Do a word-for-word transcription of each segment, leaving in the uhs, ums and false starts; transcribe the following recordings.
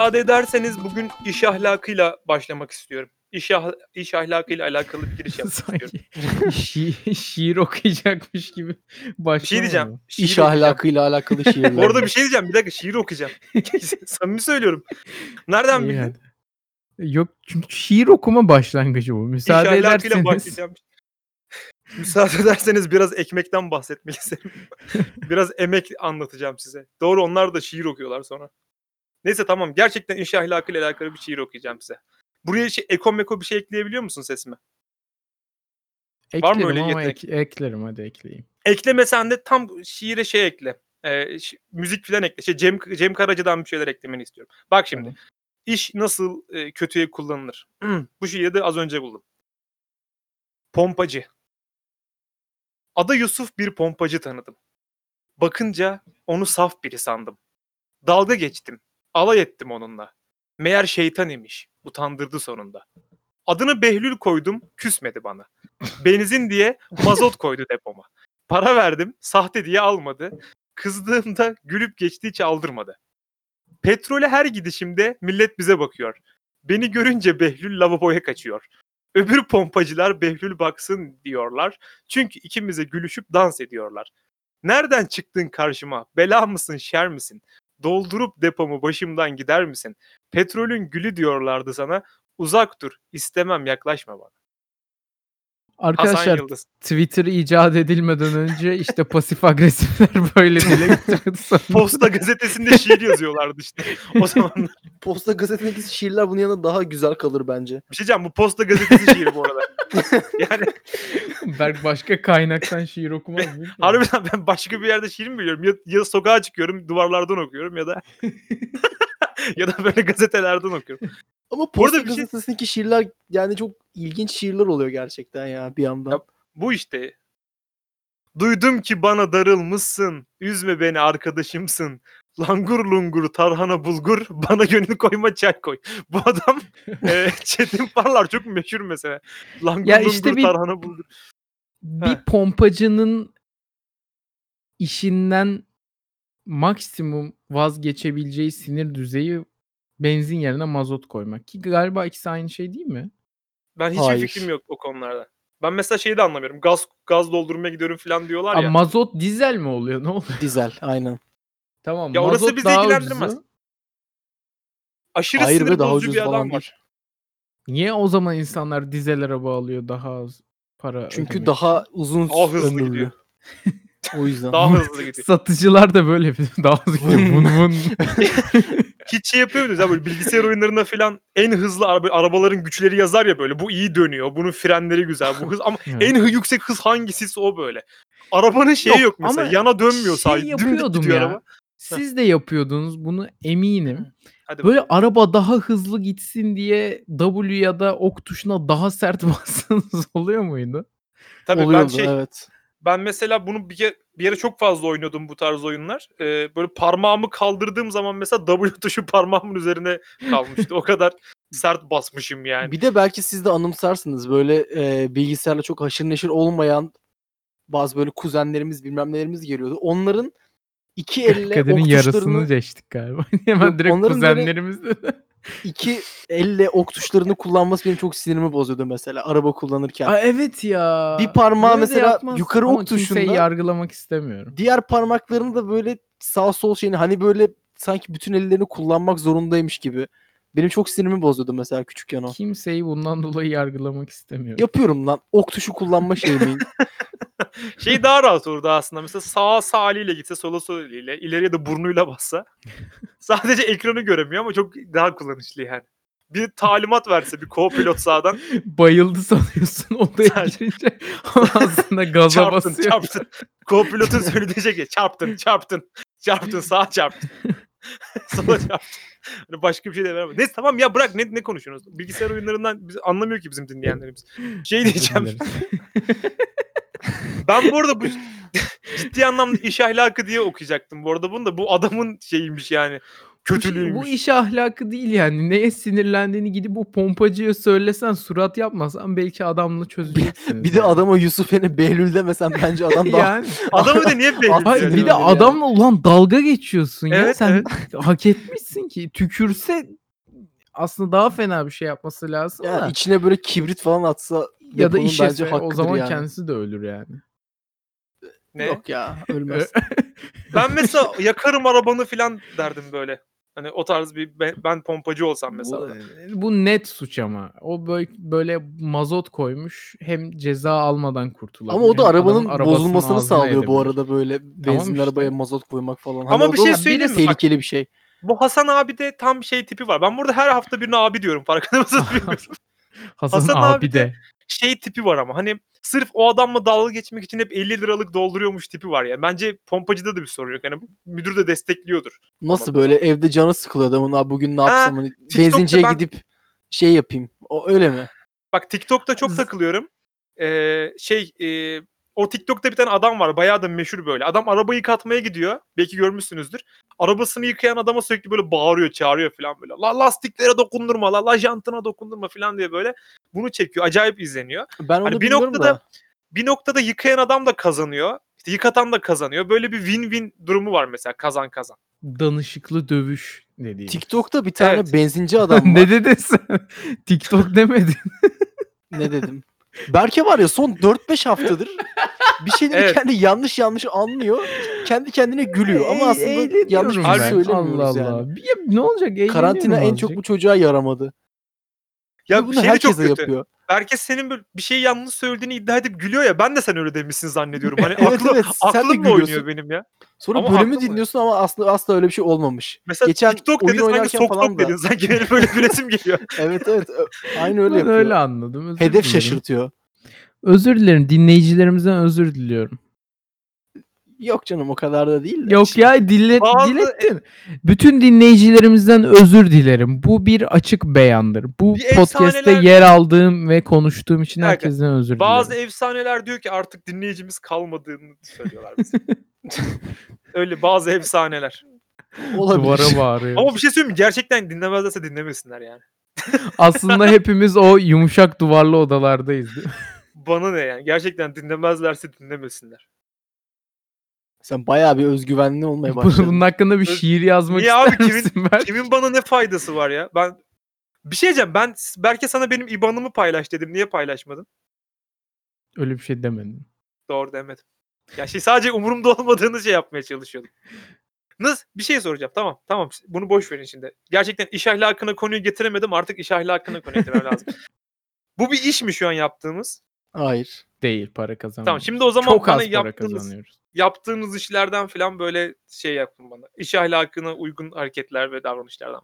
Müsaade ederseniz bugün iş ahlakıyla başlamak istiyorum. İş, ah- iş ahlakıyla alakalı bir giriş yapmak istiyorum. Sanki şi şiir okuyacakmış gibi Bir şey diyeceğim. başlama. Şiir İş okuyacağım. ahlakıyla alakalı şiirler. Bu arada bir şey diyeceğim. Bir dakika şiir okuyacağım. Samimi söylüyorum. Nereden İyi bildin? hadi. Yok çünkü şiir okuma başlangıcı bu. İş Müsaade ahlakıyla ederseniz başlayacağım. Müsaade ederseniz biraz ekmekten bahsetmek isterim. Biraz emek anlatacağım size. Doğru, onlar da şiir okuyorlar sonra. Neyse tamam. Gerçekten iş ahlakıyla alakalı bir şiir okuyacağım size. Buraya şey, eko meko bir şey ekleyebiliyor musun sesime? Var mı eklerim öyle ama yetenek? ek- eklerim hadi ekleyeyim. Eklemesen de tam şiire şey ekle. Ee, ş- müzik falan ekle. Şey, Cem, Cem Karaca'dan bir şeyler eklemeni istiyorum. Bak şimdi. Tamam. İş nasıl e, kötüye kullanılır? Bu şiiri de az önce buldum. Pompacı. Adı Yusuf bir pompacı tanıdım. Bakınca onu saf biri sandım. Dalga geçtim. Alay ettim onunla. Meğer şeytan imiş. Utandırdı sonunda. Adını Behlül koydum. Küsmedi bana. Benzin diye mazot koydu depoma. Para verdim. Sahte diye almadı. Kızdığımda gülüp geçti, hiç aldırmadı. Petrole her gidişimde millet bize bakıyor. Beni görünce Behlül lavaboya kaçıyor. Öbür pompacılar Behlül baksın diyorlar. Çünkü ikimize gülüşüp dans ediyorlar. Nereden çıktın karşıma? Bela mısın, şer misin? Doldurup depomu başımdan gider misin? Petrolün gülü diyorlardı sana. Uzak dur, istemem, yaklaşma bana. Hasan Arkadaşlar Yıldız. Twitter icat edilmeden önce işte pasif agresifler böyle dile getiriyordu sanırım. Posta gazetesinde şiir yazıyorlardı işte o zamanlar. Posta gazetindeki şiirler bunun yanında daha güzel kalır bence. Bir şey diyeceğim, bu Posta gazetesi şiiri bu arada. Yani Berk başka kaynaktan şiir okumaz mı? harbiden ben başka bir yerde şiir mi biliyorum? Ya, ya sokağa çıkıyorum, duvarlardan okuyorum ya da ya da böyle gazetelerden okuyorum. Ama Bu Posta arada bir şey- gazetesindeki şiirler yani çok ilginç şiirler oluyor gerçekten ya bir yandan. Ya- Bu işte. Duydum ki bana darılmışsın. Üzme beni, arkadaşımsın. Langur lungur tarhana bulgur. Bana gönül koyma, çay koy. Bu adam e, Çetin Parlar çok meşhur mesela. Langur Ya lungur işte bir- tarhana bulgur. Bir Heh. pompacının işinden maksimum vazgeçebileceği sinir düzeyi benzin yerine mazot koymak. Ki galiba ikisi aynı şey değil mi? Ben hiçbir Hayır. fikrim yok o konularda. Ben mesela şeyi de anlamıyorum. Gaz gaz doldurmaya gidiyorum falan diyorlar Aa, ya. mazot dizel mi oluyor? Ne oluyor? Dizel aynen. Tamam. Ya orası mazot bizi daha ilgilendirmez. ucuzu. Aşırı Hayır sinir be, daha bozucu ucuz bir falan adam değil. var. Niye o zaman insanlar dizel araba alıyor daha az para Çünkü ödemek daha için? uzun Daha hızlı ömürlü. gidiyor. O yüzden. Daha hızlı gidiyor. Satıcılar da böyle bir daha hızlı gidiyor. Vın vın. Hiç şey yapıyor muydunuz ya, böyle bilgisayar oyunlarında falan en hızlı araba, arabaların güçleri yazar ya böyle. Bu iyi dönüyor. Bunun frenleri güzel. Bu hız ama Evet. en hı- yüksek hız hangisiyse o böyle. Arabanın şeyi yok, Yok, mesela. ama Yana dönmüyor şey sadece. Dümdük yapıyordum gidiyor ya. araba. Siz de yapıyordunuz bunu eminim. Hadi Böyle bakalım. araba daha hızlı gitsin diye W ya da ok tuşuna daha sert bassanız oluyor muydu? Tabii ben Oluyordu şey evet. ben mesela bunu bir, ke- bir yere çok fazla oynuyordum bu tarz oyunlar. Ee, böyle parmağımı kaldırdığım zaman mesela W tuşu parmağımın üzerine kalmıştı. O kadar sert basmışım yani. Bir de belki siz de anımsarsınız böyle e, bilgisayarla çok haşır neşir olmayan bazı böyle kuzenlerimiz bilmem nelerimiz geliyordu. Onların iki elle Kaderin ok yarısını tuşlarını geçtik galiba. Hemen Yok, direkt onların böyle- kuzenlerimiz de. iki elle ok tuşlarını kullanması benim çok sinirimi bozuyordu mesela araba kullanırken. Aa, evet ya. Bir parmağı Böyle de mesela yapmazsın. yukarı Ama ok kimseyi tuşunda- yargılamak istemiyorum. Diğer parmaklarını da böyle sağ sol şeyini hani böyle sanki bütün ellerini kullanmak zorundaymış gibi. Benim çok sinirimi bozuyordu mesela küçükken o. Kimseyi bundan dolayı yargılamak istemiyorum. Yapıyorum lan ok tuşu kullanma şeyimi. Şey daha rahat olurdu aslında. Mesela sağa sağ eliyle gitse, sola sol eliyle, ileriye de burnuyla bassa. Sadece ekranı göremiyor ama çok daha kullanışlı yani. Bir talimat verse bir co-pilot sağdan, Bayıldı sanıyorsun odaya Sadece- girince ama aslında gaza çarptın basıyor. çarptın. Co-pilotun söylediği şey ki çarptın çarptın. Çarptın, sağa çarptın. Sola çarptın. Hani başka bir şey de veremem. Neyse tamam ya, bırak, ne ne konuşuyorsunuz? Bilgisayar oyunlarından biz anlamıyor ki bizim dinleyenlerimiz. Şey diyeceğim. Ben bu arada bu ciddi anlamda iş ahlakı diye okuyacaktım bu arada bunu da. Bu adamın şeyiymiş yani. Bu, şey- kötülüğüymüş. bu iş ahlakı değil yani. Neye sinirlendiğini gidip o pompacıya söylesen, surat yapmasan belki adamla çözeceksiniz. Bir de yani. adama Yusuf Eni Behlül demesen bence adam daha... yani. Adamı bir de niye belli Hayır, Öyle bir öyle de yani. adamla ulan dalga geçiyorsun ya. Evet, Sen evet. hak etmişsin ki. Tükürse aslında daha fena bir şey yapması lazım Yani da. içine böyle kibrit falan atsa Ya da deponun bence işese o hakkıdır zaman yani. kendisi de ölür yani. Ne? Yok ya ölmez. Ben mesela yakarım arabanı falan derdim böyle. Hani o tarz bir ben, ben pompacı olsam mesela. Bu, da. bu net suç ama. O böyle, böyle mazot koymuş. Hem ceza almadan kurtulabilir. Ama o da hem adamın arabanın arabasının bozulmasını ağzına sağlıyor bu edebilir. arada böyle benzinli işte. arabaya mazot koymak falan. Hani Ama o bir da şey o söyleyeyim mi? Bak, tehlikeli bir şey. bu Hasan abi de tam şey tipi var. Ben burada her hafta birine abi diyorum, farkında mısınız bilmiyorum. Hasan, Hasan abi abi de. de şey tipi var ama hani sırf o adamla dalga geçmek için hep elli liralık dolduruyormuş tipi var ya. Bence pompacıda da bir sorun yok. Yani müdür de destekliyordur. Nasıl Anladım. böyle evde canı sıkılıyor adamın, abi bugün ne Ha, yapsam hani TikTok'ta benzinciye ben- gidip şey yapayım. O öyle mi? Bak TikTok'ta çok Z- takılıyorum. Ee, şey e, o TikTok'ta bir tane adam var. Bayağı da meşhur böyle. Adam arabayı yıkatmaya gidiyor. Belki görmüşsünüzdür. Arabasını yıkayan adama sürekli böyle bağırıyor, çağırıyor falan böyle. La lastiklere dokundurma, la, la jantına dokundurma falan diye böyle. Bunu çekiyor. Acayip izleniyor. Ben onu Hani bir bilmiyorum noktada da. bir noktada yıkayan adam da kazanıyor. İşte yıkatan da kazanıyor. Böyle bir win-win durumu var mesela, kazan kazan. Danışıklı dövüş dediğimiz. TikTok'ta bir tane Evet. benzinci adam var. Ne dedin sen? TikTok demedin. Ne dedim? Berke var ya son dört beş haftadır bir şeyleri Evet. kendi yanlış yanlış anlıyor. Kendi kendine gülüyor ama Eğ- aslında eğleniyorum yanlış bir şey ben. söylemiyoruz Allah yani. Allah. Bir- ya ne olacak? Eğleniyorum Karantina en çok azıcık. bu çocuğa yaramadı. Ya Ve bir bunu şey de çok herkese kötü. yapıyor. Herkes senin böyle bir şey yanlış söylediğini iddia edip gülüyor ya. Ben de sen öyle demişsin zannediyorum. Hani Evet, aklı, evet, sen de aklımla gülüyorsun. oynuyor benim ya. Sonra Ama bölümü aklım dinliyorsun ama aslında asla öyle bir şey olmamış. Mesela Geçen TikTok oyun dedin sanki oynarken sok falan tok da. dedin. Sanki benim böyle gülesim geliyor. Evet evet ö- aynı öyle Ben yapıyor. öyle anladım. Özür Hedef dilerim. şaşırtıyor. Özür dilerim. Dinleyicilerimizden özür diliyorum. Yok canım o kadar da değil de. Yok ya dile, Bazı- dilettin. Bütün dinleyicilerimizden özür dilerim. Bu bir açık beyandır. Bu Bir podcast'te efsaneler- yer aldığım ve konuştuğum için Bir dakika. herkesten özür Bazı dilerim. efsaneler diyor ki artık dinleyicimiz kalmadığını söylüyorlar bize. Öyle bazı efsaneler. Olabilir. Duvara bağırıyor. Ama bir şey söyleyeyim mi? Gerçekten dinlemezlerse dinlemesinler yani. Aslında hepimiz o yumuşak duvarlı odalardayız değil mi? Bana ne yani? Gerçekten dinlemezlerse dinlemesinler. Sen bayağı bir özgüvenli olmaya Bunun başladın. hakkında bir Öz- şiir yazmak Niye ister abi? Kimin- misin Berk? Kimin bana ne faydası var ya? Ben bir şey diyeceğim. Ben belki sana benim I B A N'ımı paylaş dedim. Niye paylaşmadın? Öyle bir şey demedim. Doğru demedim. Ya şey sadece umurumda olmadığını şey yapmaya çalışıyordum. Nasıl? Bir şey soracağım. Tamam. Tamam. Bunu boş verin şimdi. Gerçekten iş ahlakına konuyu getiremedim. Artık iş ahlakına konuyu getirmem lazım. Bu bir iş mi şu an yaptığımız? Hayır. Değil, para kazanmıyoruz. Tamam. Şimdi o zaman Çok bana az para yaptığınız kazanıyoruz. yaptığınız işlerden falan böyle şey yapın bana. İş ahlakına uygun hareketler ve davranışlardan.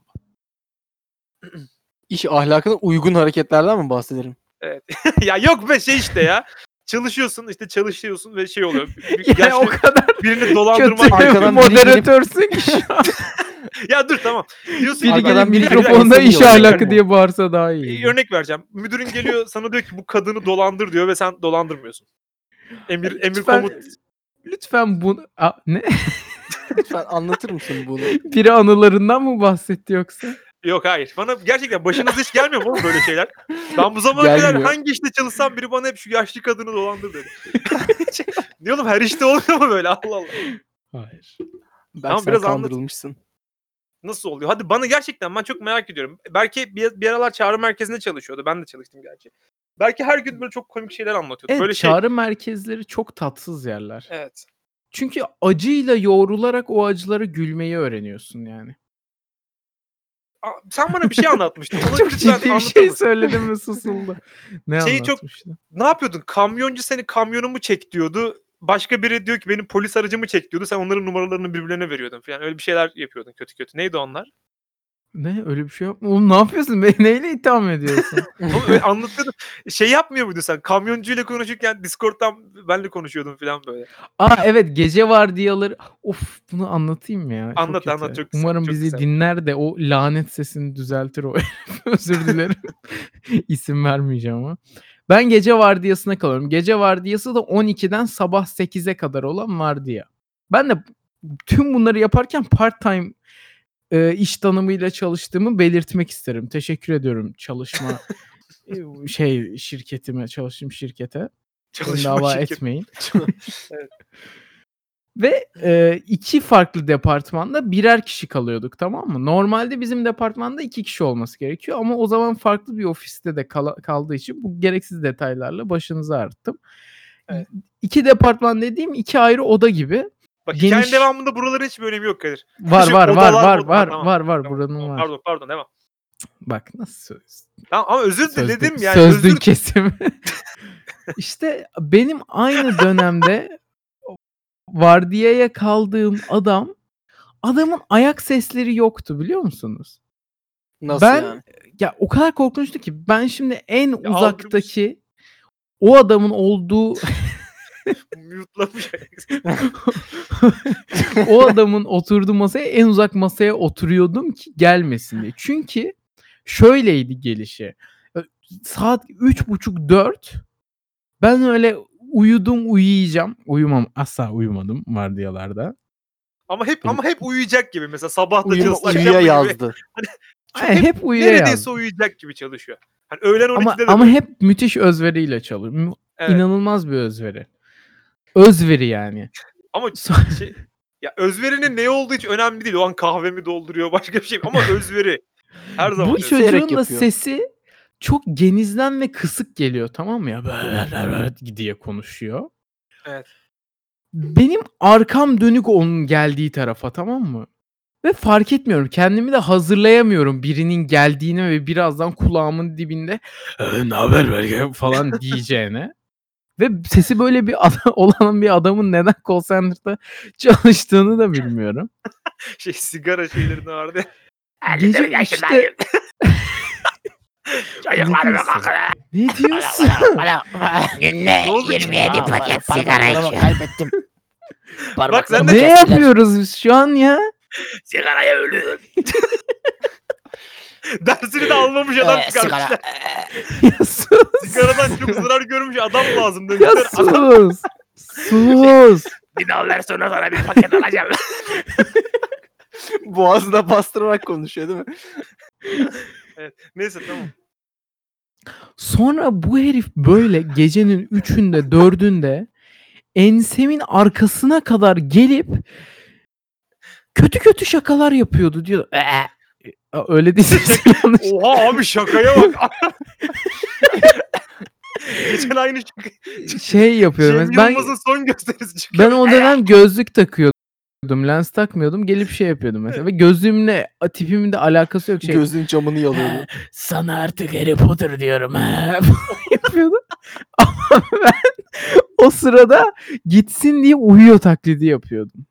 İş ahlakına uygun hareketlerden mi bahsedelim? Evet. Ya yok be şey işte ya. Çalışıyorsun işte çalışıyorsun ve şey oluyor. Bir- bir Ya o yaşlı kadar birini dolandırmak kötü bir arkadan biri moderatörsün ki şu an. Ya dur tamam. Diyorsun Biri ki Arkadan gelip biri bir- mikrofonda bir- iş bir- ahlakı bir- diye bağırsa daha bir iyi. örnek vereceğim. Müdürün geliyor sana diyor ki bu kadını dolandır diyor ve sen dolandırmıyorsun. Emir emir Lütfen, komut. lütfen bunu... Aa, ne? Lütfen anlatır mısın bunu? Biri anılarından mı bahsetti yoksa? Yok hayır. Bana gerçekten başınıza hiç gelmiyor mu oğlum böyle şeyler? Ben bu zamana kadar Gelmiyor. hangi işte çalışsam biri bana hep şu yaşlı kadını dolandır dedi. Ne oğlum her işte olmuyor mu böyle? Allah Allah. Hayır. Belki Tamam, sen biraz anlat. kandırılmışsın. Nasıl oluyor? Hadi bana gerçekten ben çok merak ediyorum. Belki bir, bir aralar çağrı merkezinde çalışıyordu. Ben de çalıştım gerçi. Belki her gün böyle çok komik şeyler anlatıyordu. Evet, böyle şey. çağrı merkezleri çok tatsız yerler. Evet. Çünkü acıyla yoğrularak o acılara gülmeyi öğreniyorsun yani. Aa, sen bana bir şey anlatmıştın. Onu Çok lütfen ciddi bir anlatır şey mısın? söyledim ve susuldu. Ne Şeyi çok- anlatmıştın? Ne yapıyordun? Kamyoncu seni kamyonumu çek diyordu. Başka biri diyor ki benim polis aracımı çek diyordu. Sen onların numaralarını birbirlerine veriyordun falan. Öyle bir şeyler yapıyordun kötü kötü. Neydi onlar? Ne? Öyle bir şey yapma. Oğlum ne yapıyorsun? Beni neyle itham ediyorsun? Oğlum öyle anlatıyordun. Şey yapmıyor muydun sen? Kamyoncuyla konuşurken Discord'dan benle konuşuyordun falan böyle. Aa evet, gece vardiyaları. Of, bunu anlatayım mı ya? Çok Anlat, kötü. anlat, çok güzel, Umarım çok bizi güzel. dinler de o lanet sesini düzeltir o. Özür dilerim. İsim vermeyeceğim ama. Ben gece vardiyasına kalıyorum. Gece vardiyası da on ikiden sabah sekize kadar olan vardiya. Ben de tüm bunları yaparken part time e, iş tanımıyla çalıştığımı belirtmek isterim. Teşekkür ediyorum çalışma e, şey şirketime, çalıştığım şirkete. Beni Çalışma dava şirketi. etmeyin. Evet. Ve e, iki farklı departmanda birer kişi kalıyorduk, tamam mı? Normalde bizim departmanda iki kişi olması gerekiyor ama o zaman farklı bir ofiste de kala- kaldığı için bu gereksiz detaylarla başınızı ağrıttım. Evet. İki departman dediğim iki ayrı oda gibi. Bak Geniş- hikayenin devamında buraların hiçbir önemi yok Kadir. Var Şu var var odalar, var odalar, var tamam. var var Tamam, buranın tamam, var. Pardon pardon devam. Bak nasıl söz. Tamam ama özür Sözlü, diledim yani. sözlü Özür kesim. İşte benim aynı dönemde vardiyaya kaldığım adam, adamın ayak sesleri yoktu, biliyor musunuz? Nasıl Ben yani? ya o kadar korkunçtu ki ben şimdi en aldırmış. uzaktaki o adamın olduğu mute'lamış. o adamın oturduğu masaya, en uzak masaya oturuyordum ki gelmesin diye. Çünkü şöyleydi gelişi. Saat üç buçuk dört, ben öyle uyudum uyuyacağım. Uyumam, asla uyumadım vardiyalarda. Ama hep ama hep uyuyacak gibi mesela sabah da Uyuma- çalışsa akşam Uyuya gibi. yazdı. Çok Ay, hep hep uyuya Neredeyse yazdı. uyuyacak gibi çalışıyor. Hani öğlen on ikide Ama de ama böyle. hep müthiş özveriyle çalıyor. Mü- Evet. İnanılmaz bir özveri. Özveri yani. Ama So- şey, ya özverinin ne olduğu hiç önemli değil. O an kahvemi dolduruyor başka bir şey. Ama özveri her zaman Bu özveri. Seyrek çocuğun da yapıyor. sesi çok genizden ve kısık geliyor, tamam mı ya? Böyle diye konuşuyor. Evet. Benim arkam dönük onun geldiği tarafa, tamam mı? Ve fark etmiyorum. Kendimi de hazırlayamıyorum birinin geldiğine ve birazdan kulağımın dibinde "Ee, ne haber belge?" falan diyeceğine. Ve sesi böyle bir adam, olan bir adamın neden call center'da çalıştığını da bilmiyorum. Şey sigara şeylerinde vardı. Gece işte... Ne diyorsun? Ne diyorsun? Günde Ne oldu ki? yirmi yedi paket sigara içiyor. Kaybettim. Bak sen de Ne yapıyoruz biz şu an ya? sigaraya ölüyorum. Dersini de almamış adam Ee, çıkarmışlar. sigara. Ya sus. Sigaradan çok zarar görmüş adam lazım Ya demişler. Adam sus. Sus. bir dolar sonra sana bir paket alacağım. Boğazına bastırarak konuşuyor değil mi? Evet. Neyse tamam. Sonra bu herif böyle gecenin üçünde dördünde ensemin arkasına kadar gelip kötü kötü şakalar yapıyordu diyor. Ee, Aa, öyle değil. Yanlış. Oha abi şakaya bak. Geçen aynı şaka. Şey yapıyorum. Cem Ben Yılmaz'ın son gösterisi çıkıyor. ben o dönem gözlük takıyordum. Lens takmıyordum. Gelip şey yapıyordum mesela. Ve gözlüğümle tipimin de alakası yok. Şey, Gözünün camını yalıyordu. sana artık Harry Potter diyorum. ha." yapıyordu. Ama ben o sırada gitsin diye uyuyor taklidi yapıyordum.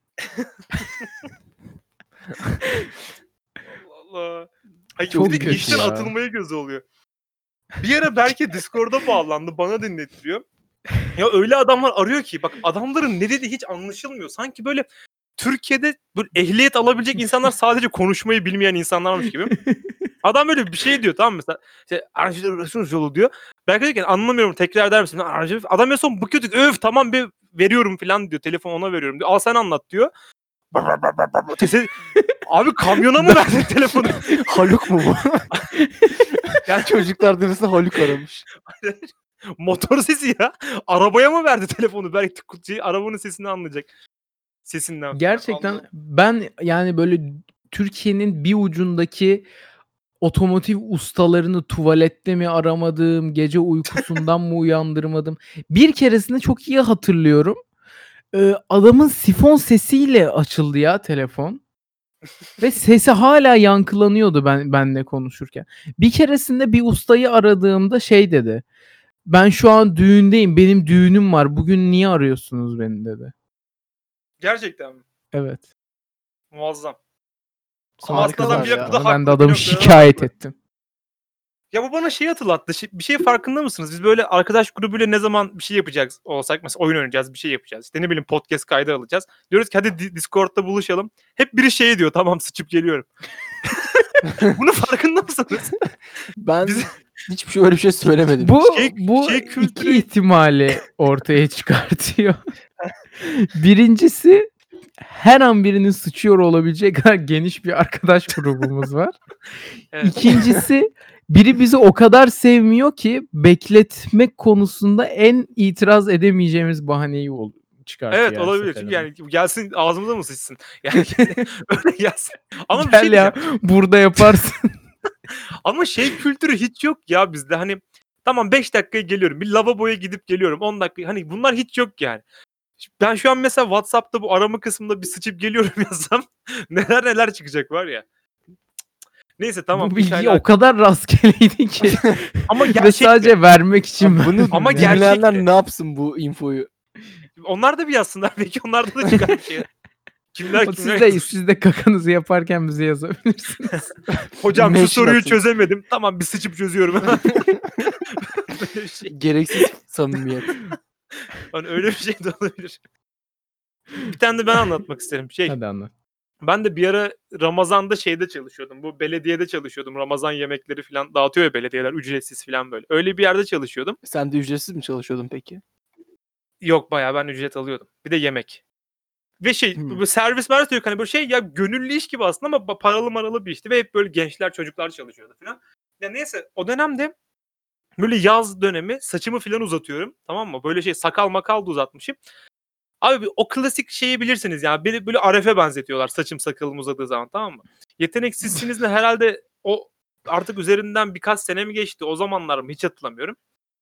Allah. Ay, Çok bir de kötü işten ya. atılmaya gözü oluyor. Bir ara belki Discord'a bağlandı. Bana dinlettiriyor. Ya öyle adamlar arıyor ki bak adamların ne dediği hiç anlaşılmıyor. Sanki böyle Türkiye'de böyle ehliyet alabilecek insanlar sadece konuşmayı bilmeyen insanlarmış gibi. Adam böyle bir şey diyor tamam mı? Mesela işte arşivleriniz yolu diyor. Belki diyor ki anlamıyorum tekrar eder misin? Arşiv. Adam en son bıkıyorduk. Öf tamam bir veriyorum falan diyor. Telefon ona veriyorum diyor. Al sen anlat diyor. Sesi- Abi kamyona mı verdin telefonu? Haluk mu bu? Yani Çocuklar denesine Haluk aramış. motor sesi ya. Arabaya mı verdi telefonu? Belki şey, arabanın sesini anlayacak. Sesinden. Gerçekten Allah'ım. ben yani böyle Türkiye'nin bir ucundaki otomotiv ustalarını tuvalette mi aramadım, gece uykusundan mı uyandırmadım. Bir keresinde çok iyi hatırlıyorum. Ee, adamın sifon sesiyle açıldı ya telefon. Ve sesi hala yankılanıyordu ben benle konuşurken. Bir keresinde bir ustayı aradığımda şey dedi. Ben şu an düğündeyim. Benim düğünüm var. Bugün niye arıyorsunuz beni dedi. Gerçekten mi? Evet. Muazzam. Harikalar Aslında adam bir ya. noktada Ama ben de haklı, bir adamı noktada şikayet haklı. ettim. Ya bu bana şey hatırlattı. Şi- Bir şey farkında mısınız? Biz böyle arkadaş grubuyla ne zaman bir şey yapacağız olsak mesela oyun oynayacağız, bir şey yapacağız. İşte ne bileyim podcast kaydı alacağız. Diyoruz ki hadi Di- Discord'da buluşalım. Hep biri şey diyor. Tamam sıçıp geliyorum. Bunu farkında mısınız? Ben Biz- hiçbir şey öyle bir şey söylemedim. Bu Şey- bu şey iki kültürü- ihtimali ortaya çıkartıyor. Birincisi her an birinin sıçıyor olabileceği kadar geniş bir arkadaş grubumuz var. Evet. İkincisi biri bizi o kadar sevmiyor ki bekletmek konusunda en itiraz edemeyeceğimiz bahaneyi ol- çıkartıyor. Evet her olabilir. Çünkü seferinde. yani gelsin ağzımıza mı sıçsın? Yani öyle gelsin. Ama bir Gel şey ya diyeceğim. burada yaparsın. Ama şey kültürü hiç yok ya bizde. Hani tamam beş dakikaya geliyorum. Bir lavaboya gidip geliyorum. on dakika. Hani bunlar hiç yok yani. Ben şu an mesela WhatsApp'ta bu arama kısmında bir sıçıp geliyorum yazsam neler neler çıkacak var ya. Neyse tamam. Bu bilgi hikayeler- o kadar rastgeleydi ki. Ama Ve gerçek sadece vermek için Abi bunu verdim Ama yani. gerçek- dinleyenler de. ne yapsın bu infoyu? Onlar da bir yazsınlar. Belki onlarda da çıkar bir şey. Kimler Siz kimler de, yazmış. siz de kakanızı yaparken bize yazabilirsiniz. Hocam şu Mention soruyu atın. çözemedim. Tamam bir sıçıp çözüyorum. Böyle bir şey. Gereksiz samimiyet. Hani öyle bir şey de olabilir. Bir tane de ben anlatmak isterim. Şey, Hadi anlat. ben de bir ara Ramazan'da şeyde çalışıyordum. Bu belediyede çalışıyordum. Ramazan yemekleri falan dağıtıyor ya belediyeler ücretsiz falan böyle. Öyle bir yerde çalışıyordum. Sen de ücretsiz mi çalışıyordun peki? Yok bayağı ben ücret alıyordum. Bir de yemek. Ve şey Hmm. bu servis mervis yok hani böyle şey ya gönüllü iş gibi aslında ama ba- paralı maralı bir işti. Ve hep böyle gençler çocuklar çalışıyordu falan. Ya neyse o dönemde böyle yaz dönemi saçımı falan uzatıyorum. Tamam mı? Böyle şey sakal makal da uzatmışım. Abi o klasik şeyi bilirsiniz yani beni böyle Aref'e benzetiyorlar saçım sakalım uzadığı zaman tamam mı? Yeteneksizsiniz de herhalde o artık üzerinden birkaç sene mi geçti o zamanlar mı hiç hatırlamıyorum.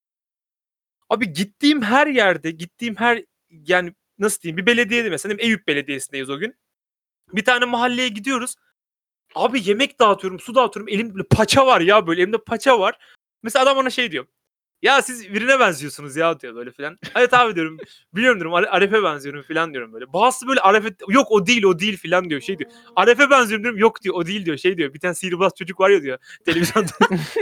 Abi gittiğim her yerde gittiğim her yani nasıl diyeyim bir belediyede mesela Eyüp Belediyesi'ndeyiz o gün. Bir tane mahalleye gidiyoruz. Abi yemek dağıtıyorum su dağıtıyorum elimde paça var ya böyle elimde paça var. Mesela adam bana şey diyor. Ya siz birine benziyorsunuz ya diyor böyle filan. Evet abi diyorum. Biliyorum diyorum Are- Aref'e benziyorum filan diyorum böyle. Bazısı böyle Aref'e yok o değil o değil filan diyor şey diyor. Aref'e benziyorum diyorum yok diyor o değil diyor şey diyor. Bir tane sihirbaz çocuk var ya diyor televizyonda.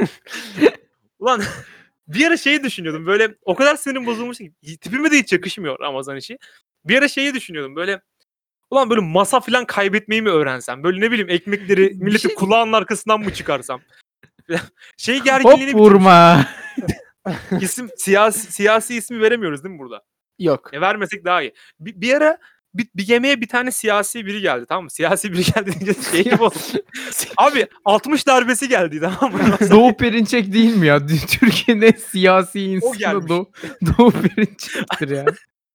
Ulan bir ara şeyi düşünüyordum böyle o kadar sinirim bozulmuş ki tipime de hiç yakışmıyor Ramazan işi. Bir ara şeyi düşünüyordum böyle ulan böyle masa filan kaybetmeyi mi öğrensem? Böyle ne bileyim ekmekleri Bir milleti şey- kulağının arkasından mı çıkarsam? şey Hop gerginliğini vurma. İsim siyasi siyasi ismi veremiyoruz değil mi burada? Yok. E vermesek daha iyi. Bir, bir ara bir, bir yemeğe bir tane siyasi biri geldi tamam mı? Siyasi biri geldi deyince şey gibi oldu. Abi altmış darbesi geldi tamam mı? Doğu Perinçek değil mi ya? Türkiye'nin en siyasi insanı gelmiş. Doğu, Doğu Perinçek'tir ya.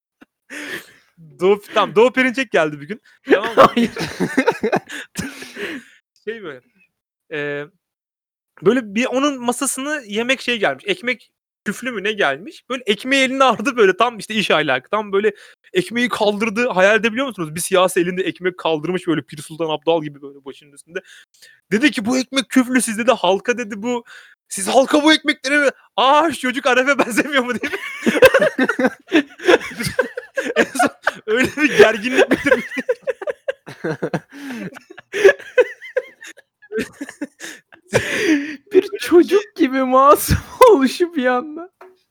Doğu, tamam, Doğu Perinçek geldi bir gün. Tamam mı? Hayır. Şey böyle. E, böyle bir onun masasını yemek şey gelmiş. Ekmek küflü mü ne gelmiş? Böyle ekmeği eline aldı böyle tam işte iş ahlakı. Tam böyle ekmeği kaldırdı. Hayal edebiliyor musunuz? Bir siyasi elinde ekmek kaldırmış böyle Pir Sultan Abdal gibi böyle başının üstünde. Dedi ki bu ekmek küflü siz dedi halka dedi bu. Siz halka bu ekmekleri mi? Aa şu çocuk Aref'e benzemiyor mu diye. En son öyle bir gerginlik bitirmişti. Bir çocuk gibi masum oluşu bir anda.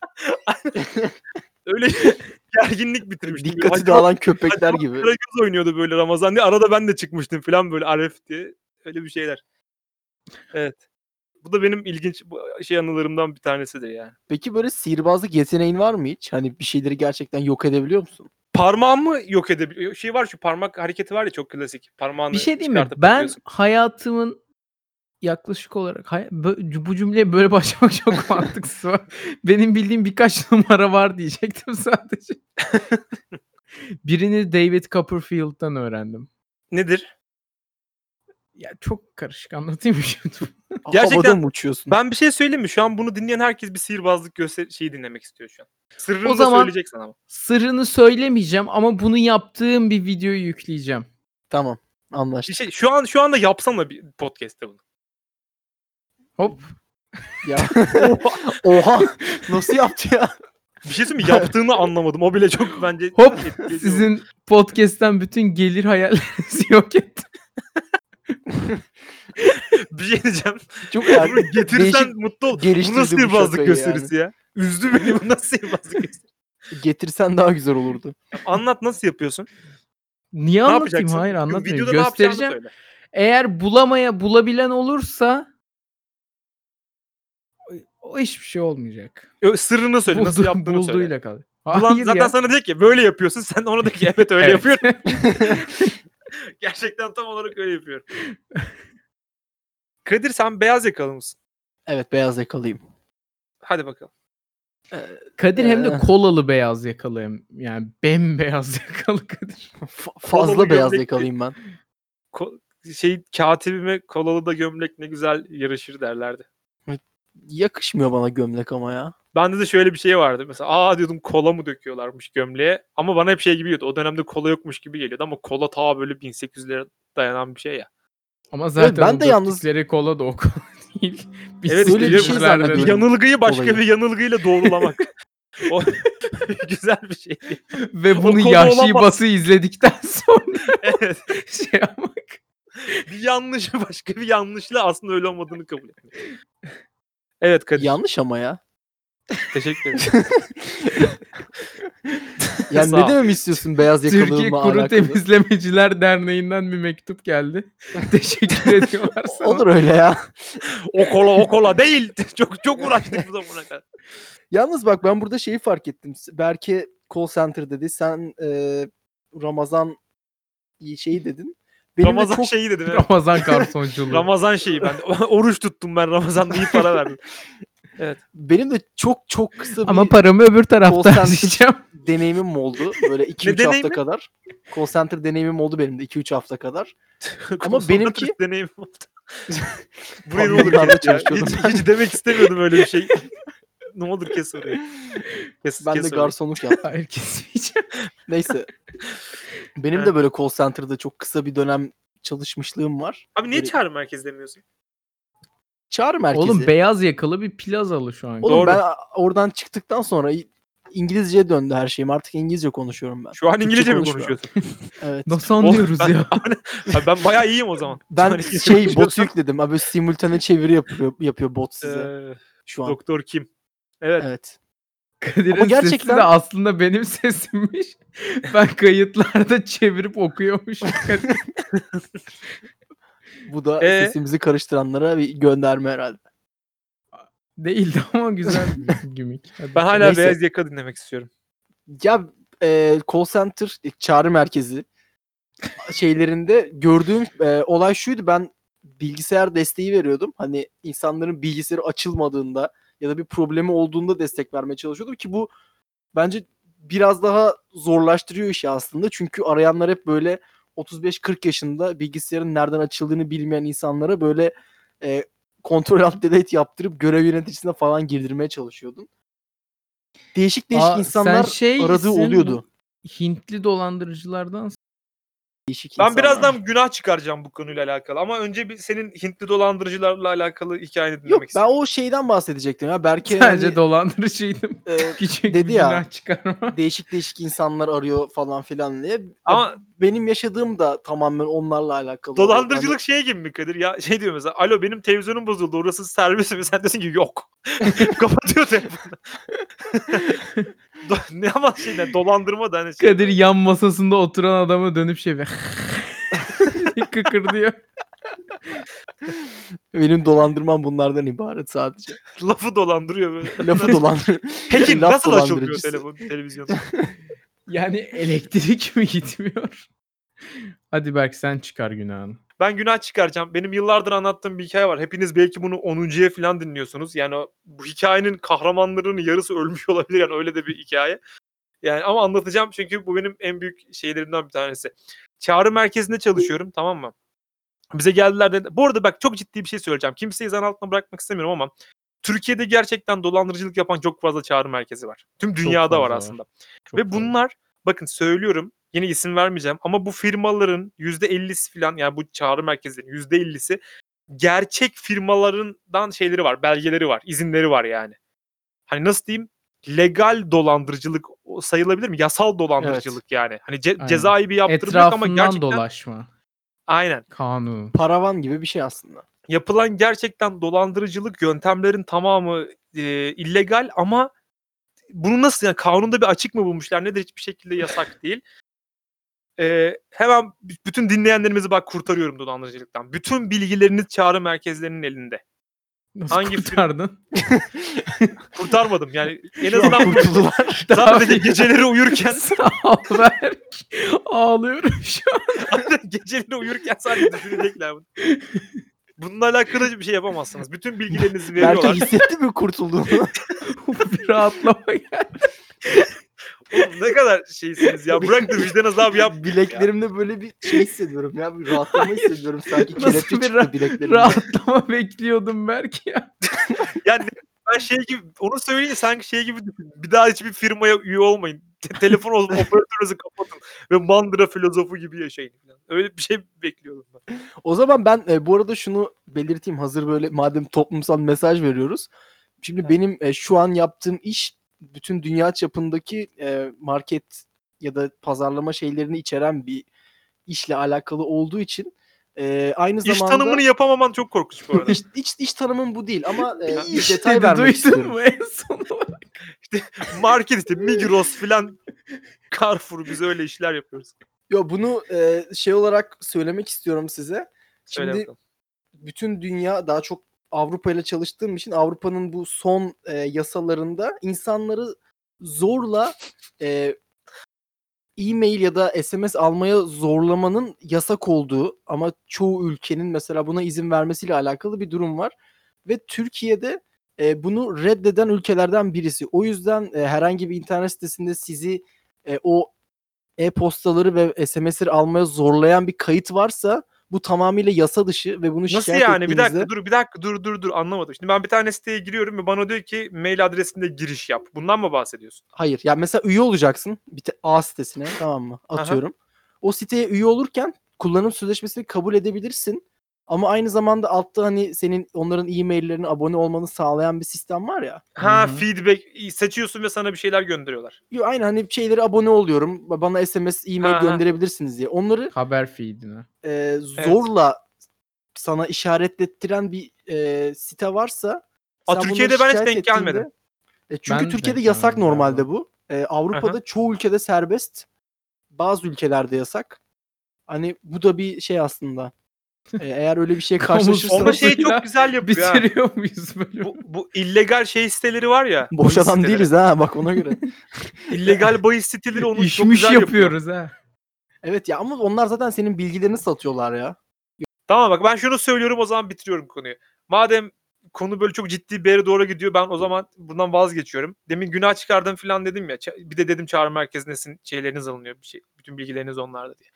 Öyle gerginlik bitirmişti. Dikkati Acayip- dağılan köpekler acayip gibi. Karagöz oynuyordu böyle Ramazan diye. Arada ben de çıkmıştım falan böyle Aref diye. Öyle bir şeyler. Evet. Bu da benim ilginç bu şey anılarımdan bir tanesidir yani. Peki böyle sihirbazlık yeteneğin var mı hiç? Hani bir şeyleri gerçekten yok edebiliyor musun? Parmağımı yok edebiliyor. Şey var şu parmak hareketi var ya çok klasik. Parmağını Bir şey diyeyim mi? çıkartıp Ben yapıyorsun. hayatımın yaklaşık olarak hay- bö- bu cümleye böyle başlamak çok mantıksız var. Benim bildiğim birkaç numara var diyecektim sadece. Birini David Copperfield'dan öğrendim. Nedir? Ya çok karışık anlatayım mı şimdi? Gerçekten- Havada mı uçuyorsun? Ben bir şey söyleyeyim mi? Şu an bunu dinleyen herkes bir sihirbazlık göster şeyi dinlemek istiyor şu an. Sırrını O da zaman- söyleyeceksin ama. Sırrını söylemeyeceğim ama bunu yaptığım bir videoyu yükleyeceğim. Tamam. Bir Anlaştık. şey şu an şu anda yapsana bir podcast'te bunu. Hop. Ya. Oha. Nasıl yaptı ya? Bir şey söyleyeyim mi? Yaptığını anlamadım. O bile çok bence Hop. etkileyici oldu. Sizin podcast'ten bütün gelir hayallerinizi yok ettim. Bir şey diyeceğim. Çok Bunu yani getirsen değişik mutlu ol. Bu geliştirdi nasıl bu sihirbazlık şakayı gösterisi ya? Üzdü beni bu nasıl sihirbazlık gösterisi? getirsen daha güzel olurdu. Anlat nasıl yapıyorsun? Niye Ne anlatayım? yapacaksın? Hayır Videoda anlatmayayım. ne yapacağını Göstereceğim. söyle. Eğer bulamaya bulabilen olursa o- o hiçbir şey olmayacak. Ö- Sırrını söyle. Nasıl Buldu- yaptığını söyle. bulduğuyla kalır. Bulan Hayır zaten ya. sana diyor ki böyle yapıyorsun. Sen de ona de ki evet öyle Evet. yapıyorum. Gerçekten tam olarak öyle yapıyorum. Kadir sen beyaz yakalı mısın? Evet, beyaz yakalıyım. Hadi bakalım. Kadir hem de Ee. kolalı beyaz yakalı hem. Yani bembeyaz yakalı Kadir. Fa- Kolalı fazla beyaz gömlekli- yakalıyım ben. Ko- şey katibime kolalı da gömlek ne güzel yarışır derlerdi. Yakışmıyor bana gömlek ama ya. Bende de şöyle bir şey vardı. Mesela aa diyordum kola mı döküyorlarmış gömleğe. Ama bana hep şey gibi geliyordu. O dönemde kola yokmuş gibi geliyordu. Ama kola ta böyle bin sekiz yüzlere dayanan bir şey ya. Ama zaten ben o de yalnız- döktükleri kola da o kola değil. Evet, öyle bir biliyorum. şey Bir zannediyorum. Yanılgıyı başka Kolayı. bir yanılgıyla doğrulamak. O güzel bir şey. Ve O bunu kola Yahşi olamaz. Batı izledikten sonra Evet. şey yapmak. Bir yanlışı başka bir yanlışla aslında öyle olmadığını kabul etmek. Evet Kadir. Yanlış ama ya. Teşekkür ederim. Yani Sağ ne ol. dememi istiyorsun beyaz Türkiye yakalığımla Kuru alakalı? Temizlemeciler Derneği'nden bir mektup geldi. Teşekkür ediyorlar sana. Olur öyle ya. O kola o kola değil. Çok çok uğraştık bu zamana kadar. Yalnız bak ben burada şeyi fark ettim. Berke call center dedi. Sen e, Ramazan şeyi dedin. Benim Ramazan de çok şeyi dedim. Evet. Ramazan garsonculuğu. Ramazan şeyi ben. Oruç tuttum ben. Ramazan'da iyi para verdim. benim de çok çok kısa bir Ama paramı öbür tarafta call center harcayacağım. deneyimim oldu. Böyle iki Ne üç hafta deneyimi? kadar. Call center deneyimim oldu benim de iki üç hafta kadar. Ama Konsolda benimki- test deneyim oldu. Burayı ne olur Fabrikalarda kes ya. çalışıyordum. Hiç, hiç demek istemiyordum öyle bir şey. Ne olur kes orayı. Kes, Ben de kes orayı. garsonluk yaptım. Hayır kesmeyeceğim. Neyse. Benim Ha. de böyle call center'da çok kısa bir dönem çalışmışlığım var. Abi niye Böyle çağrı merkezi demiyorsun? çağrı merkezi. Oğlum beyaz yakalı bir plazalı şu an. Oğlum Doğru. ben oradan çıktıktan sonra İngilizceye döndü her şeyim. Artık İngilizce konuşuyorum ben. Şu an Türkçe İngilizce mi konuşmuyorum. konuşuyorsun? Evet. Nasıl Oğlum, anlıyoruz ben, ya? Abi ben bayağı iyiyim o zaman. Şu an Ben İngilizce şey botu konuşuyorsam, yükledim. Abi simultane çeviri yapıyor yapıyor bot size eee, şu an. Doktor Kim. Evet. Evet. Kadir'in Ama sesi gerçekten- de aslında benim sesimmiş. Ben kayıtlarda çevirip okuyormuşum. Kadir. Bu da Ee? sesimizi karıştıranlara bir gönderme herhalde. Değildi ama güzel bir gimmick. Hadi. Ben hala Neyse. beyaz yaka dinlemek istiyorum. Ya e, call center e, çağrı merkezi şeylerinde gördüğüm e, olay şuydu. Ben bilgisayar desteği veriyordum. Hani insanların bilgisayarı açılmadığında ya da bir problemi olduğunda destek vermeye çalışıyordum ki bu bence biraz daha zorlaştırıyor işi aslında. Çünkü arayanlar hep böyle otuz beş kırk yaşında bilgisayarın nereden açıldığını bilmeyen insanlara böyle e, kontrol alt delete yaptırıp görev yöneticisine falan girdirmeye çalışıyordun. Değişik değişik Aa, insanlar sen şeysin, aradığı oluyordu. bu Hintli dolandırıcılardan. Değişik Ben insanlar. birazdan günah çıkaracağım bu konuyla alakalı ama önce bir senin Hintli dolandırıcılarla alakalı hikayeni dinlemek Yok ben istiyorum. o şeyden bahsedecektim ya. Berke Sadece hani, dolandırıcıydım. e, Küçük dedi bir ya. günah çıkarma. değişik değişik insanlar arıyor falan filan diye. Ama Ya benim yaşadığım da tamamen onlarla alakalı. dolandırıcılık Yani şey gibi mi Kadir? Ya şey diyor mesela alo benim televizyonum bozuldu orası servis mi? Sen diyorsun ki yok. Kapatıyor telefonu. Do- ne ama şey ne dolandırma da hani şey. Kadir yan masasında oturan adama dönüp şey be. Kıkır diyor. benim dolandırmam bunlardan ibaret sadece. Lafı dolandırıyor böyle. Lafı dolandır. Peki Laf nasıl açılıyor dolandırıcısı. telefon televizyon? Yani elektrik mi gitmiyor? Hadi Berk sen çıkar günahını. Ben günah çıkaracağım. Benim yıllardır anlattığım bir hikaye var. Hepiniz belki bunu onuncuya falan dinliyorsunuz. Yani o- bu hikayenin kahramanlarının yarısı ölmüş olabilir. Yani öyle de bir hikaye. Yani ama anlatacağım çünkü bu benim en büyük şeylerimden bir tanesi. Çağrı merkezinde çalışıyorum, tamam mı? Bize geldiler dedi. Bu arada bak çok ciddi bir şey söyleyeceğim. Kimseyi zan altına bırakmak istemiyorum ama Türkiye'de gerçekten dolandırıcılık yapan çok fazla çağrı merkezi var. Tüm dünyada var fazla var. aslında. Çok Ve fazla. bunlar bakın söylüyorum yine isim vermeyeceğim ama bu firmaların yüzde ellisi falan yani bu çağrı merkezlerinin yüzde ellisi gerçek firmalarından şeyleri var, belgeleri var, izinleri var yani. Hani nasıl diyeyim? Legal dolandırıcılık o sayılabilir mi? Yasal dolandırıcılık yani. Hani ce- Aynen. cezai bir yaptırım yok ama Etrafından gerçekten dolaşma. aynen. Kanun. Paravan gibi bir şey aslında. Yapılan gerçekten dolandırıcılık yöntemlerin tamamı e, illegal ama bunu nasıl yani kanunda bir açık mı bulmuşlar nedir hiçbir şekilde yasak değil. E, hemen b- bütün dinleyenlerimizi bak kurtarıyorum dolandırıcılıktan. Bütün bilgileriniz çağrı merkezlerinin elinde. Nasıl Hangi film? kurtardın? Kurtarmadım yani. En Şu an azından kurtuldular. sadece geceleri uyurken Sağ ol Berk. Ağlıyorum şu an. geceleri uyurken sadece düşünecekler bunu. Bununla alakalı bir şey yapamazsınız. Bütün bilgilerinizi Berke veriyorlar. hissetti mi kurtulduğunu? Bir rahatlama geldi. Oğlum ne kadar şeysiniz ya. Bırak da vicdan azabı yap. Bileklerimde böyle bir şey hissediyorum ya. Bir rahatlama hissediyorum. Sanki Nasıl kelepçe bir çıktı ra- bileklerimde. Rahatlama bekliyordum Berk ya. Yani ben şey gibi onu söyleyince sanki şey gibi düşün. Bir daha hiçbir firmaya üye olmayın. Te- telefon olup operatörünüzü kapatın ve mandıra filozofu gibi yaşayın falan. Öyle bir şey bekliyordum ben. O zaman ben e, bu arada şunu belirteyim. Hazır böyle madem toplumsal mesaj veriyoruz. Şimdi benim e, şu an yaptığım iş bütün dünya çapındaki e, market ya da pazarlama şeylerini içeren bir işle alakalı olduğu için e, aynı İş zamanda tanımını yapamaman çok korkunç bu arada. iş, iç, iç tanımım bu değil ama e, bir İşte detay vermek duydun istiyorum. mu en son olarak? Market işte Migros filan Carrefour biz öyle işler yapıyoruz. Yo bunu e, şey olarak söylemek istiyorum size. Söyle Şimdi bakalım. bütün dünya daha çok Avrupa ile çalıştığım için Avrupa'nın bu son e, yasalarında insanları zorla e, e-mail ya da S M S almaya zorlamanın yasak olduğu ama çoğu ülkenin mesela buna izin vermesiyle alakalı bir durum var. Ve Türkiye'de e, bunu reddeden ülkelerden birisi. O yüzden e, herhangi bir internet sitesinde sizi e, o e-postaları ve S M S'leri almaya zorlayan bir kayıt varsa bu tamamıyla yasa dışı ve bunu Nasıl şikayet yani? Bir ettiğinizde... dakika dur bir dakika dur dur dur anlamadım. Şimdi ben bir tane siteye giriyorum ve bana diyor ki mail adresinde giriş yap. Bundan mı bahsediyorsun? Hayır. Ya mesela üye olacaksın bir te- A sitesine, tamam mı? Aha. Atıyorum. O siteye üye olurken kullanım sözleşmesini kabul edebilirsin. Ama aynı zamanda altta hani senin onların e-maillerine abone olmanı sağlayan bir sistem var ya. Ha Hı hı. feedback seçiyorsun ve sana bir şeyler gönderiyorlar. Yo, aynı hani şeyleri abone oluyorum. Bana S M S, e-mail Ha, ha. gönderebilirsiniz diye. Onları Haber feedine. e, zorla sana işaretlettiren bir e, site varsa Aa, sen Türkiye'de bunları ben hiç şikayet denk gelmedim. ettiğinde- E, çünkü Ben de Türkiye'de denk yasak gelmedim normalde galiba. bu. E, Avrupa'da çoğu ülkede serbest. Bazı ülkelerde yasak. Hani bu da bir şey aslında. E, eğer öyle bir şeye Kamu karşılaşırsanız Onda şey Sırasıyla çok güzel yapıyor ha. Bitiriyor muyuz böyle? Bu, bu illegal şey siteleri var ya. boş bahis adam siteleri. değiliz ha bak ona göre. İllegal bahis siteleri onu çok İşmiş güzel yapıyor. yapıyoruz ha. Evet ya ama onlar zaten senin bilgilerini satıyorlar ya. Tamam bak ben şunu söylüyorum o zaman bitiriyorum konuyu. Madem konu böyle çok ciddi bir yere doğru gidiyor ben o zaman bundan vazgeçiyorum. Demin günah çıkardım falan dedim ya. ça- Bir de dedim çağrı merkezinde sizin şeyleriniz alınıyor. Bir şey, bütün bilgileriniz onlarda diye.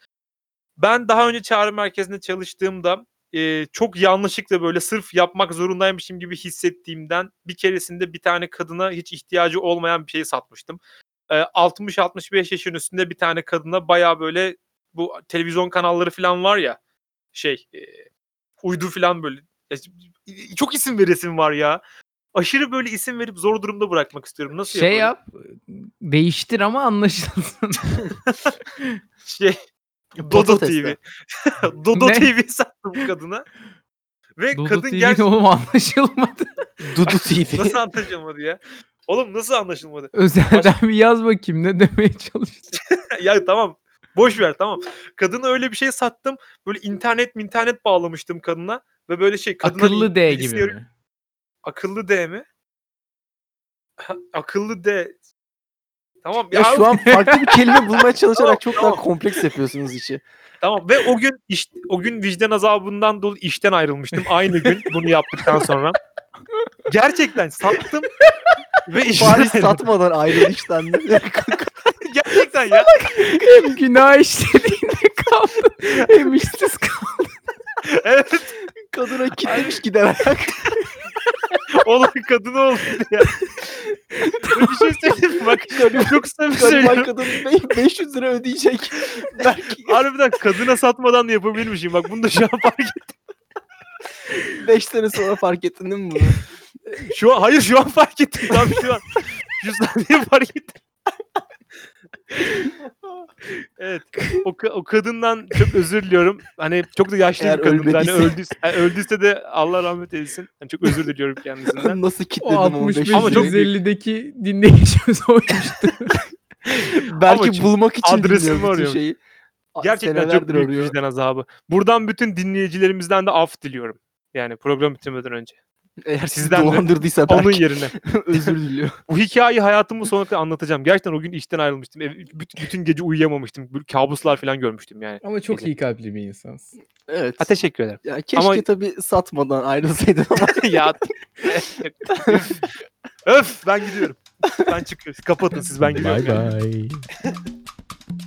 Ben daha önce çağrı merkezinde çalıştığımda e, çok yanlışlıkla böyle sırf yapmak zorundaymışım gibi hissettiğimden bir keresinde bir tane kadına hiç ihtiyacı olmayan bir şey satmıştım. E, altmış altmış beş yaşın üstünde bir tane kadına baya böyle bu televizyon kanalları falan var ya şey e, uydu falan böyle. Ya, çok isim veresim var ya. Aşırı böyle isim verip zor durumda bırakmak istiyorum. Nasıl Şey yaparım? yap. Değiştir ama anlaşılsın. Şey Dodo Patatesle. T V. Dodo Ne? T V sattım kadına. Ve Dodo kadın T V'nin gerçekten oğlum anlaşılmadı. Dudu T V. nasıl anlaşılmadı ya? Oğlum nasıl anlaşılmadı? Özelden bir yaz bakayım ne demeye çalıştın. Ya tamam. Boş ver tamam. Kadına öyle bir şey sattım. Böyle internet mi internet bağlamıştım kadına. Ve böyle şey kadına Akıllı D gibi bilgisayarı- mi? Akıllı D mi? Ha, akıllı D. Tamam Ya ya, şu an farklı bir kelime bulmaya çalışarak Tamam, çok tamam. daha kompleks yapıyorsunuz işi. tamam ve o gün iş, o gün vicdan azabından dolayı işten ayrılmıştım. Aynı gün bunu yaptıktan sonra. Gerçekten sattım ve işten Bari ayrıldım. satmadan ayrılıştan. Gerçekten ya. Hem günah işlediğinde kaldın hem işsiz kaldın. Evet. Kadına kitlemiş gider ayak. Olan kadını oldu ya. Böyle bir şey söyleyeyim mi? Bak çok samimi Gariban söylüyorum. kadın be- beş yüz lira ödeyecek. Belki Harbiden kadına satmadan da yapabilirmişim. Bak bunu da şu an fark ettim. beş sene sonra fark ettin değil mi bunu? Şu an, hayır şu an fark ettim. Tam şu an. Şu saniye fark ettim. Evet. O, ka- o kadından çok özür diliyorum. Hani çok da yaşlı Eğer bir kadındı. Hani ölmediyse. öldüyse, yani öldüyse de Allah rahmet eylesin. Yani çok özür diliyorum kendisinden. Nasıl O kitledim onu beş yüz Ama çok lirayı? büyük. altmış beş yüz ellideki dinleyicimiz oymuştu. Belki Ama bulmak için adresimi dinliyor bütün arıyorum. şeyi. A- Gerçekten çok senelerdir büyük arıyor. vicdan azabı. Buradan bütün dinleyicilerimizden de af diliyorum. Yani program bitirmeden önce. Eğer sizi Sizden de dolandırdıysa onun belki yerine. özür diliyor. Bu hikayeyi hayatımın sonuna kadar anlatacağım. Gerçekten o gün işten ayrılmıştım. Ev, bütün, bütün gece uyuyamamıştım. Böyle kabuslar falan görmüştüm yani. Ama çok Gece. iyi kalpli bir insansın. Evet. Ha, teşekkür ederim. Ya keşke Ama- tabii satmadan ayrılsaydın ama ya öf. Öf ben gidiyorum. Ben çıkıyorum. Kapatın siz ben gidiyorum. Bye yani. bye.